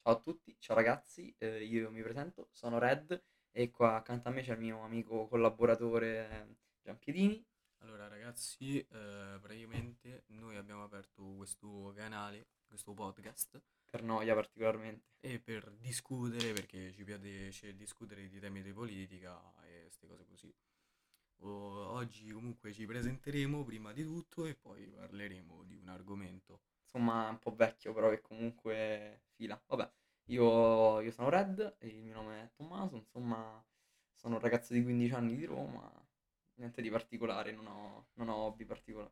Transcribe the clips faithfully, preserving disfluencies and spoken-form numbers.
Ciao a tutti, ciao ragazzi, eh, io mi presento, sono Red e qua accanto a me c'è il mio amico collaboratore eh, Giampiedini. Allora ragazzi, eh, praticamente noi abbiamo aperto questo canale, questo podcast, Per noia particolarmente. e per discutere, perché ci piace discutere di temi di politica e queste cose così. O- oggi comunque ci presenteremo prima di tutto e poi parleremo di un argomento. Insomma, è un po' vecchio però che comunque fila. Vabbè, io, io sono Red e il mio nome è Tommaso, insomma, sono un ragazzo di quindici anni di Roma, niente di particolare, non ho, non ho hobby particolari.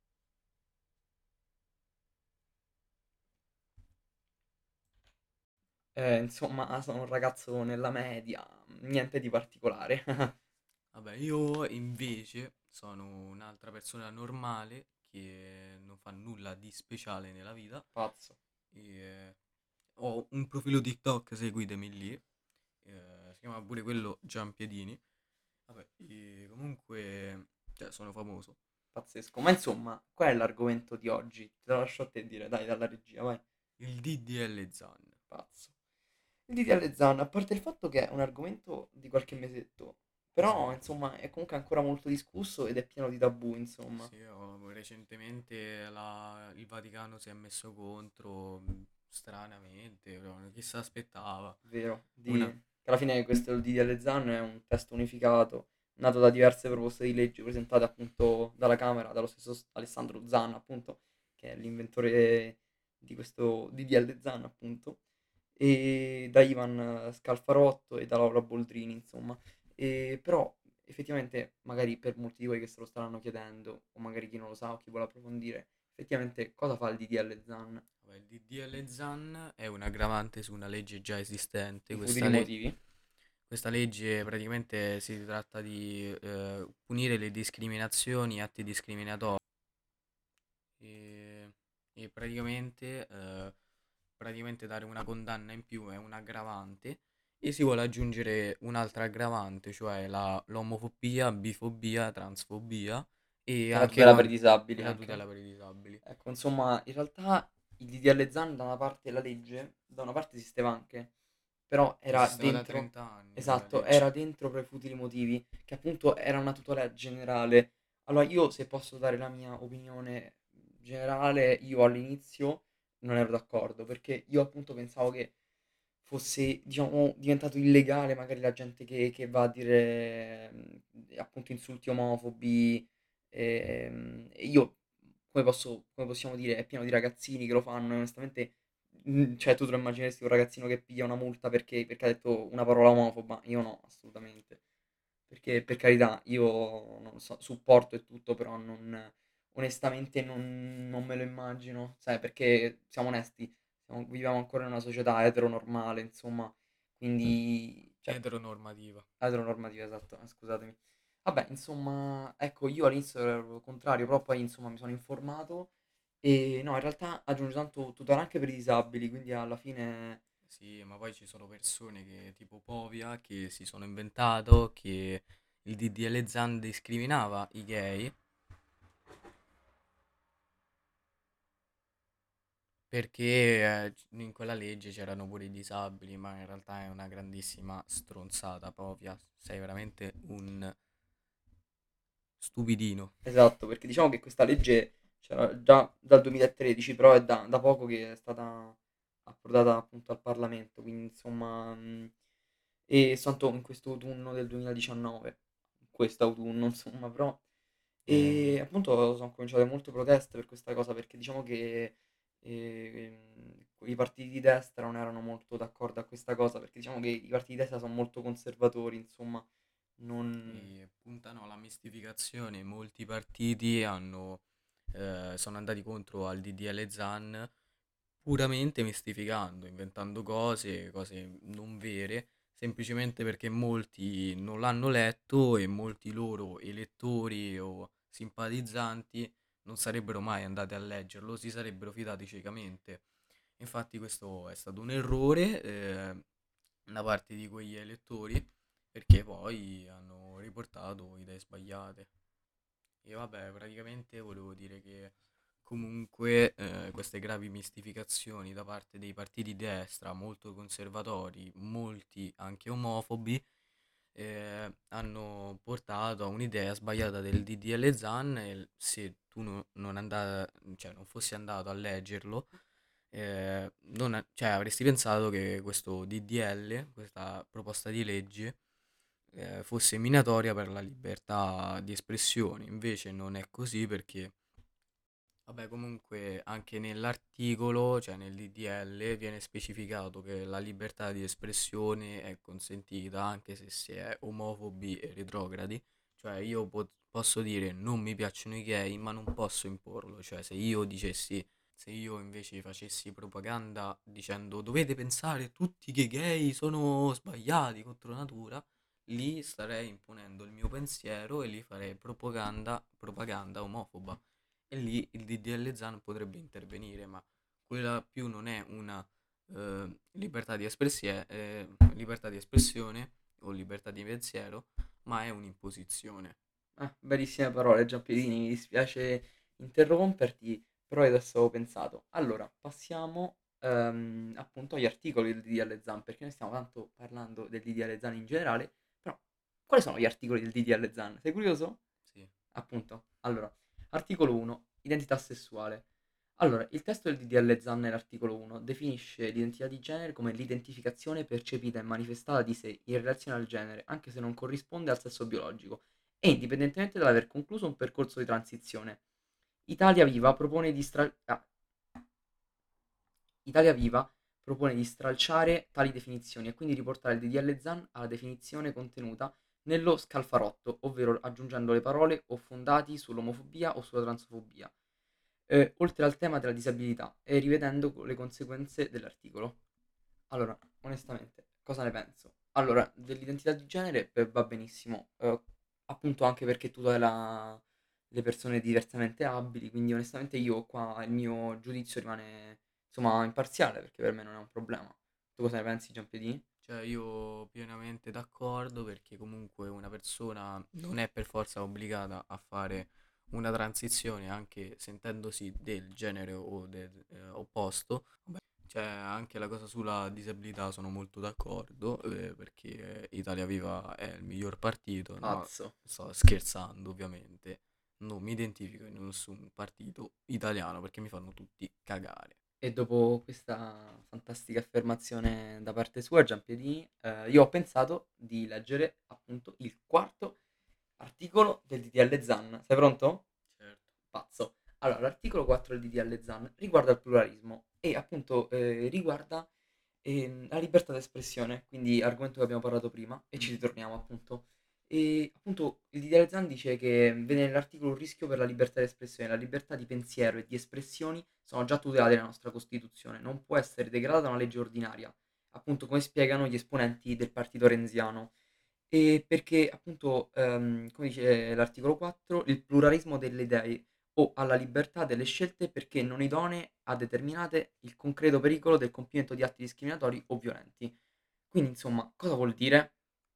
Eh, insomma, sono un ragazzo nella media, niente di particolare. Vabbè, io invece sono un'altra persona normale che non fa nulla di speciale nella vita Pazzo. e ho un profilo TikTok, seguitemi lì, eh, si chiama pure quello Giampiedini. Vabbè, e comunque, cioè, sono famoso. Pazzesco. Ma insomma, qual è l'argomento di oggi? Te lo lascio a te dire, dai, dalla regia, vai. Il D D L Zan. Pazzo. Il D D L Zan, a parte il fatto che è un argomento di qualche mesetto, però Esatto. insomma è comunque ancora molto discusso ed è pieno di tabù, insomma. Sì, ho- recentemente la- il Vaticano si è messo contro, mh, stranamente, però chi si aspettava? Vero? Di... Una... che alla fine questo il D D L Zan è un testo unificato, nato da diverse proposte di legge presentate appunto dalla Camera, dallo stesso S- Alessandro Zan, appunto, che è l'inventore di questo D D L Zan, appunto, e da Ivan Scalfarotto e da Laura Boldrini, insomma. E però effettivamente, magari per molti di voi che se lo staranno chiedendo, o magari chi non lo sa o chi vuole approfondire, effettivamente cosa fa il D D L Zan? Vabbè, il D D L Zan è un aggravante su una legge già esistente. I Questa, futili le- motivi? questa legge praticamente si tratta di eh, punire le discriminazioni, atti discriminatori. E, e praticamente, eh, praticamente dare una condanna in più è un aggravante e si vuole aggiungere un'altra aggravante, cioè la- l'omofobia, bifobia, transfobia e E la anche tutela per i con e disabili la anche. tutela per i disabili. Ecco, insomma, in realtà il D D L Zan da una parte la legge, da una parte esisteva anche, però era Esisteva da dentro, trenta anni quella esatto, legge. era dentro per i futili motivi, che appunto era una tutela generale. Allora io, se posso dare la mia opinione generale, io all'inizio non ero d'accordo, perché io appunto pensavo che fosse, diciamo, diventato illegale magari la gente che, che va a dire mm, appunto insulti omofobi. ehm, E io, come posso, come possiamo dire, è pieno di ragazzini che lo fanno e onestamente, mm, cioè tu te lo immagineresti un ragazzino che piglia una multa perché, perché ha detto una parola omofoba? Io no, assolutamente. Perché per carità, io non so, supporto e tutto, però non, onestamente non, non me lo immagino, sai, perché siamo onesti, siamo- viviamo ancora in una società eteronormale, insomma, quindi, cioè, Eteronormativa. eteronormativa, esatto, eh, scusatemi. Vabbè, insomma, ecco, io all'inizio ero contrario, però poi, insomma, mi sono informato e no, in realtà aggiunge tanto tutela anche per i disabili, quindi alla fine, Sì, ma poi ci sono persone che, tipo Povia, che si sono inventato che il D D L Zan discriminava i gay perché eh, c- in quella legge c'erano pure i disabili, ma in realtà è una grandissima stronzata, Povia. Sei veramente un stupidino. esatto, perché diciamo che questa legge c'era già dal duemilatredici, però è da, da poco che è stata approdata appunto al Parlamento, quindi insomma, mh, e soltanto in questo autunno del duemiladiciannove, questo autunno insomma, però, e appunto sono cominciate molte proteste per questa cosa, perché diciamo che ehm, i partiti di destra non erano molto d'accordo a questa cosa, perché diciamo che i partiti di destra sono molto conservatori, insomma, non... E puntano alla mistificazione. Molti partiti hanno, eh, sono andati contro al D D L Zan puramente mistificando, inventando cose, cose non vere, semplicemente perché molti non l'hanno letto e molti loro elettori o simpatizzanti non sarebbero mai andati a leggerlo, si sarebbero fidati ciecamente. Infatti questo è stato un errore eh, da parte di quegli elettori perché poi hanno riportato idee sbagliate. E vabbè, praticamente volevo dire che Comunque, eh, queste gravi mistificazioni da parte dei partiti di destra, molto conservatori, molti anche omofobi, eh, hanno portato a un'idea sbagliata del D D L Zan e se tu no- non, anda- cioè, non fossi andato a leggerlo, eh, non a- cioè, avresti pensato che questo D D L, questa proposta di legge, eh, fosse minatoria per la libertà di espressione. Invece non è così perché, vabbè, comunque anche nell'articolo, cioè nel D D L, viene specificato che la libertà di espressione è consentita anche se si è omofobi e retrogradi. Cioè io po- posso dire non mi piacciono i gay, ma non posso imporlo. Cioè se io dicessi, se io invece facessi propaganda dicendo dovete pensare tutti che i gay sono sbagliati contro natura, lì starei imponendo il mio pensiero e lì farei propaganda, propaganda omofoba e lì il D D L Zan potrebbe intervenire, ma quella più non è una eh, libertà di espressie- eh, libertà di espressione o libertà di pensiero, ma è un'imposizione. Ah, bellissime parole, Giampietini, mi dispiace interromperti, però io adesso ho pensato. Allora, passiamo ehm, appunto agli articoli del D D L Zan, perché noi stiamo tanto parlando del D D L Zan in generale, però quali sono gli articoli del D D L Zan? Sei curioso? Sì, Appunto. Allora, articolo uno, identità sessuale. Allora, il testo del D D L Zan nell'articolo uno definisce l'identità di genere come l'identificazione percepita e manifestata di sé in relazione al genere, anche se non corrisponde al sesso biologico, e indipendentemente dall'aver concluso un percorso di transizione. Italia Viva propone di stra- ah, Italia Viva propone di stralciare tali definizioni e quindi riportare il D D L Zan alla definizione contenuta nello scalfarotto, ovvero aggiungendo le parole o fondati sull'omofobia o sulla transfobia, eh, oltre al tema della disabilità e rivedendo le conseguenze dell'articolo. Allora, onestamente, cosa ne penso? Allora, dell'identità di genere eh, va benissimo, eh, appunto anche perché tutela le persone diversamente abili, quindi onestamente io qua il mio giudizio rimane insomma imparziale perché per me non è un problema. Tu cosa ne pensi, Giampiedini? cioè io pienamente d'accordo perché comunque una persona non è per forza obbligata a fare una transizione anche sentendosi del genere o del eh, opposto. Cioè, anche la cosa sulla disabilità sono molto d'accordo, eh, perché Italia Viva è il miglior partito, no, Pazzo. sto scherzando ovviamente, non mi identifico in nessun partito italiano perché mi fanno tutti cagare. E dopo questa fantastica affermazione da parte sua, Giampiedini, eh, io ho pensato di leggere appunto il quarto articolo del D D L Zan. Sei pronto? Certo. Pazzo. Allora, l'articolo quattro del D D L Zan riguarda il pluralismo e appunto eh, riguarda ehm, la libertà d'espressione, quindi argomento che abbiamo parlato prima e ci Mhm. ritorniamo appunto. E appunto il D D L Zan dice che vede nell'articolo un rischio per la libertà d'espressione, la libertà di pensiero e di espressioni sono già tutelate nella nostra Costituzione, non può essere degradata da una legge ordinaria, appunto come spiegano gli esponenti del partito renziano. E perché appunto, ehm, come dice l'articolo quattro, il pluralismo delle idee o alla libertà delle scelte perché non idonee a determinate il concreto pericolo del compimento di atti discriminatori o violenti. Quindi, insomma, cosa vuol dire?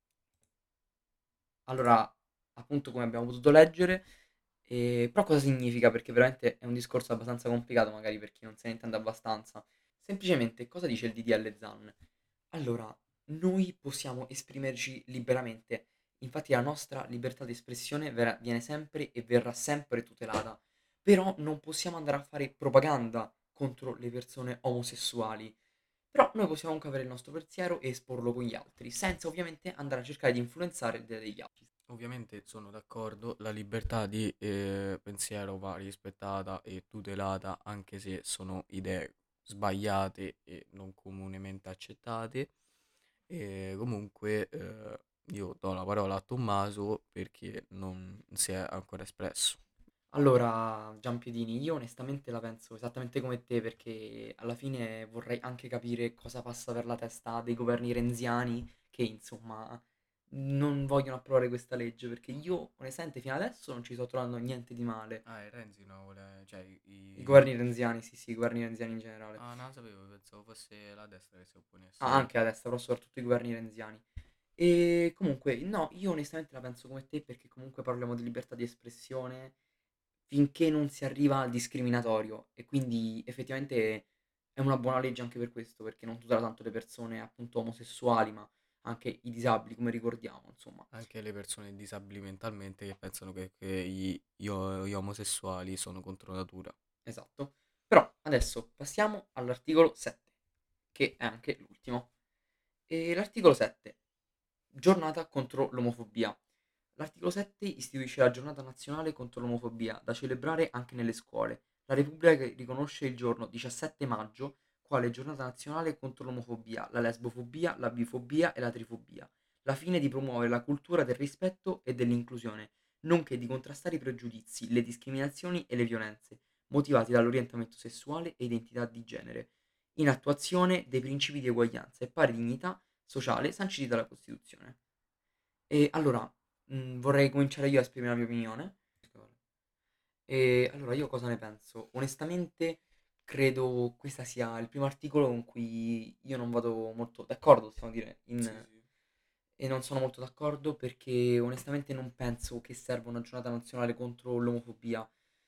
Allora, appunto, come abbiamo potuto leggere, eh, però cosa significa? Perché veramente è un discorso abbastanza complicato, magari per chi non se ne intende abbastanza. Semplicemente, cosa dice il D D L Zan? Allora, noi possiamo esprimerci liberamente, infatti la nostra libertà di espressione verrà- viene sempre e verrà sempre tutelata, però non possiamo andare a fare propaganda contro le persone omosessuali, però noi possiamo comunque avere il nostro pensiero e esporlo con gli altri, senza ovviamente andare a cercare di influenzare le idee degli altri. Ovviamente sono d'accordo, la libertà di eh, pensiero va rispettata e tutelata anche se sono idee sbagliate e non comunemente accettate. E comunque eh, io do la parola a Tommaso perché non si è ancora espresso. Allora, Giampiedini, io onestamente la penso esattamente come te perché alla fine vorrei anche capire cosa passa per la testa dei governi renziani che insomma non vogliono approvare questa legge perché io onestamente fino adesso non ci sto trovando niente di male. Ah, e Renzi no, vuole, cioè i... I i- governi renziani, sì sì, i governi renziani in generale. Ah, non lo sapevo, pensavo fosse la destra che si Ah, opponesse. anche a destra, però soprattutto i governi renziani. E comunque, no, io onestamente la penso come te perché comunque parliamo di libertà di espressione finché non si arriva al discriminatorio e quindi effettivamente è una buona legge anche per questo, perché non tutela tanto le persone appunto omosessuali, ma anche i disabili, come ricordiamo, insomma. Anche le persone disabili mentalmente che pensano che, che gli, gli o- gli omosessuali sono contro natura. Esatto. Però adesso passiamo all'articolo sette, che è anche l'ultimo. E l'articolo sette, giornata contro l'omofobia. L'articolo sette istituisce la giornata nazionale contro l'omofobia, da celebrare anche nelle scuole. La Repubblica riconosce il giorno diciassette maggio quale giornata nazionale contro l'omofobia, la lesbofobia, la bifobia e la trifobia. La fine di promuovere la cultura del rispetto e dell'inclusione, nonché di contrastare i pregiudizi, le discriminazioni e le violenze motivati dall'orientamento sessuale e identità di genere, in attuazione dei principi di eguaglianza e pari dignità sociale sanciti dalla Costituzione. E allora, mh, vorrei cominciare io a esprimere la mia opinione. E allora, io cosa ne penso? Onestamente, credo questo sia il primo articolo con cui io non vado molto d'accordo, possiamo dire, Sì, in- sì. e non sono molto d'accordo perché onestamente non penso che serva una giornata nazionale contro l'omofobia.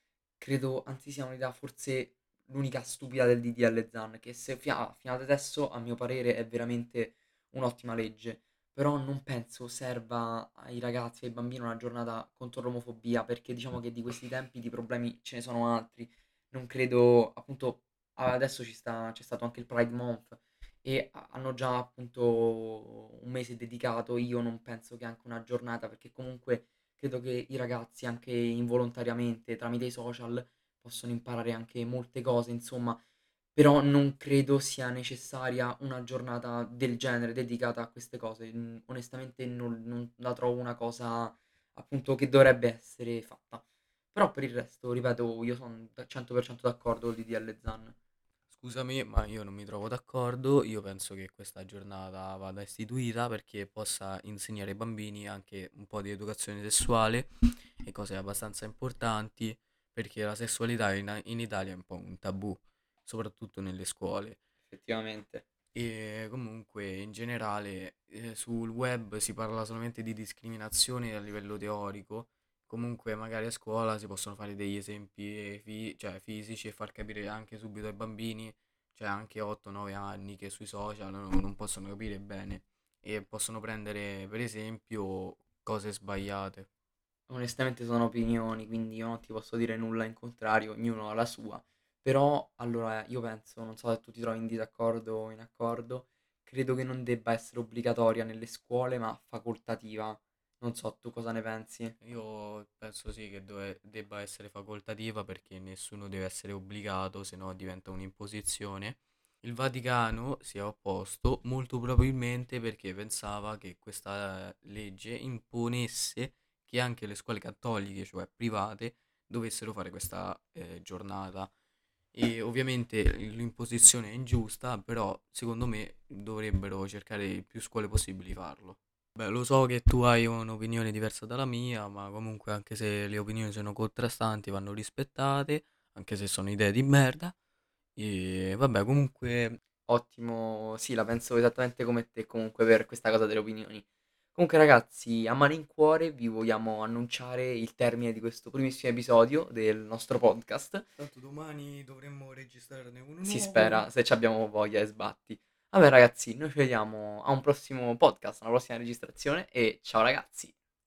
Credo anzi sia un'idea forse l'unica stupida del D D L Zan, che se fia- fino ad adesso a mio parere è veramente un'ottima legge, però non penso serva ai ragazzi e ai bambini una giornata contro l'omofobia, perché diciamo che di questi tempi di problemi ce ne sono altri. Non credo, appunto, adesso ci sta, c'è stato anche il Pride Month e ha- hanno già appunto un mese dedicato, io non penso che anche una giornata, perché comunque credo che i ragazzi anche involontariamente tramite i social possono imparare anche molte cose, insomma, però non credo sia necessaria una giornata del genere dedicata a queste cose. Mm, Onestamente non, non la trovo una cosa appunto che dovrebbe essere fatta. Però per il resto, ripeto, io sono cento per cento d'accordo con il D D L Zan. Scusami, ma io non mi trovo d'accordo. Io penso che questa giornata vada istituita perché possa insegnare ai bambini anche un po' di educazione sessuale e cose abbastanza importanti, perché la sessualità in, in Italia è un po' un tabù, soprattutto nelle scuole. Effettivamente. E comunque in generale eh, sul web si parla solamente di discriminazione a livello teorico. Comunque magari a scuola si possono fare degli esempi fi- cioè, fisici e far capire anche subito ai bambini, cioè anche otto nove anni, che sui social non, non possono capire bene e possono prendere per esempio cose sbagliate. Onestamente sono opinioni, quindi io non ti posso dire nulla in contrario, ognuno ha la sua. Però, allora, io penso, non so se tu ti trovi in disaccordo o in accordo, credo che non debba essere obbligatoria nelle scuole, ma facoltativa. Non so, tu cosa ne pensi? Io penso sì che dove- debba essere facoltativa perché nessuno deve essere obbligato, se no diventa un'imposizione. Il Vaticano si è opposto molto probabilmente perché pensava che questa legge imponesse che anche le scuole cattoliche, cioè private, dovessero fare questa eh, giornata. E ovviamente l'imposizione è ingiusta, però secondo me dovrebbero cercare il più scuole possibili di farlo. Beh, lo so che tu hai un'opinione diversa dalla mia, ma comunque anche se le opinioni sono contrastanti vanno rispettate, anche se sono idee di merda. E vabbè, comunque Ottimo, sì, la penso esattamente come te comunque per questa cosa delle opinioni. Comunque ragazzi, a malincuore vi vogliamo annunciare il termine di questo primissimo episodio del nostro podcast. tanto domani dovremmo registrarne uno Si nuovo. spera, se ci abbiamo voglia e sbatti. Vabbè ragazzi, noi ci vediamo a un prossimo podcast, a una prossima registrazione e ciao ragazzi!